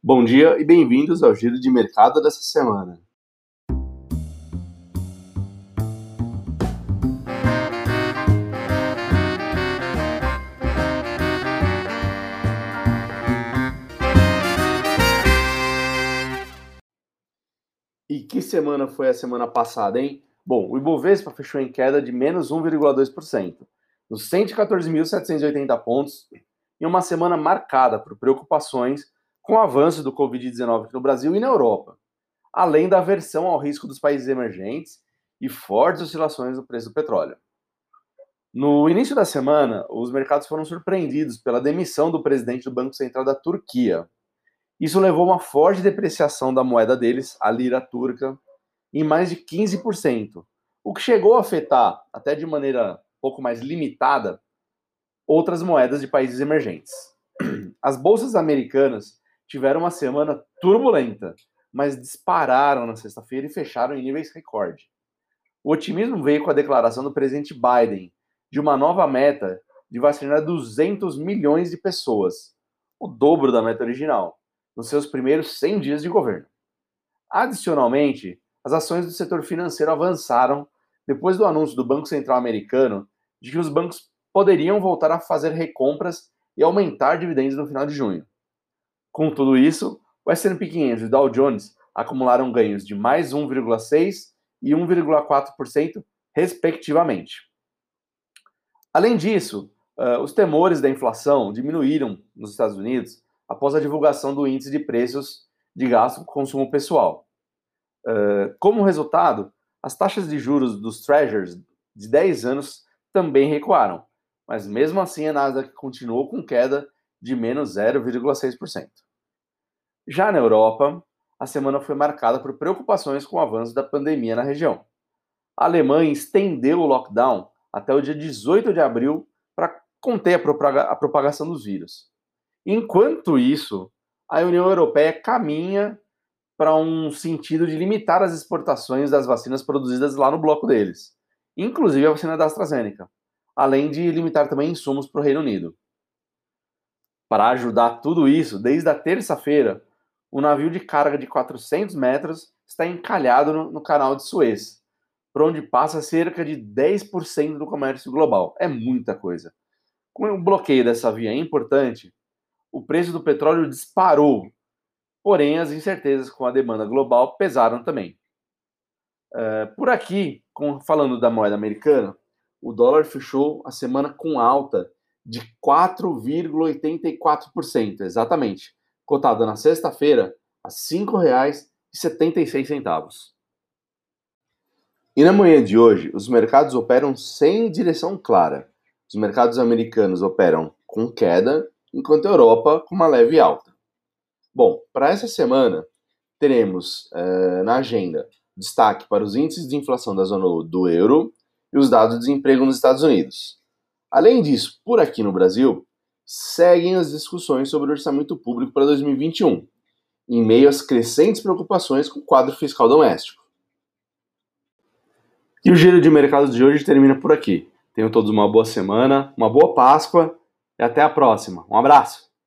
Bom dia e bem-vindos ao Giro de Mercado dessa semana. E que semana foi a semana passada, hein? Bom, o Ibovespa fechou em queda de menos 1,2%, nos 114.780 pontos, em uma semana marcada por preocupações com o avanço do Covid-19 aqui no Brasil e na Europa, além da aversão ao risco dos países emergentes e fortes oscilações no preço do petróleo. No início da semana, os mercados foram surpreendidos pela demissão do presidente do Banco Central da Turquia. Isso levou a uma forte depreciação da moeda deles, a lira turca, em mais de 15%, o que chegou a afetar, até de maneira um pouco mais limitada, outras moedas de países emergentes. As bolsas americanas tiveram uma semana turbulenta, mas dispararam na sexta-feira e fecharam em níveis recorde. O otimismo veio com a declaração do presidente Biden de uma nova meta de vacinar 200 milhões de pessoas, o dobro da meta original, nos seus primeiros 100 dias de governo. Adicionalmente, as ações do setor financeiro avançaram depois do anúncio do Banco Central americano de que os bancos poderiam voltar a fazer recompras e aumentar dividendos no final de junho. Com tudo isso, o S&P 500 e o Dow Jones acumularam ganhos de mais 1,6% e 1,4%, respectivamente. Além disso, os temores da inflação diminuíram nos Estados Unidos após a divulgação do índice de preços de gasto com consumo pessoal. Como resultado, as taxas de juros dos Treasuries de 10 anos também recuaram, mas mesmo assim a Nasdaq continuou com queda de menos 0,6%. Já na Europa, a semana foi marcada por preocupações com o avanço da pandemia na região. A Alemanha estendeu o lockdown até o dia 18 de abril para conter a propagação dos vírus. Enquanto isso, a União Europeia caminha para um sentido de limitar as exportações das vacinas produzidas lá no bloco deles, inclusive a vacina da AstraZeneca, além de limitar também insumos para o Reino Unido. Para ajudar tudo isso, desde a terça-feira, o navio de carga de 400 metros está encalhado no canal de Suez, por onde passa cerca de 10% do comércio global. É muita coisa. Como o bloqueio dessa via é importante, o preço do petróleo disparou, porém as incertezas com a demanda global pesaram também. Por aqui, falando da moeda americana, o dólar fechou a semana com alta de 4,84%, exatamente, cotado na sexta-feira a R$ 5,76. E na manhã de hoje, os mercados operam sem direção clara. Os mercados americanos operam com queda, enquanto a Europa com uma leve alta. Bom, para essa semana, teremos na agenda destaque para os índices de inflação da zona do euro e os dados de desemprego nos Estados Unidos. Além disso, por aqui no Brasil, seguem as discussões sobre o orçamento público para 2021, em meio às crescentes preocupações com o quadro fiscal doméstico. E o Giro de Mercado de hoje termina por aqui. Tenham todos uma boa semana, uma boa Páscoa e até a próxima. Um abraço!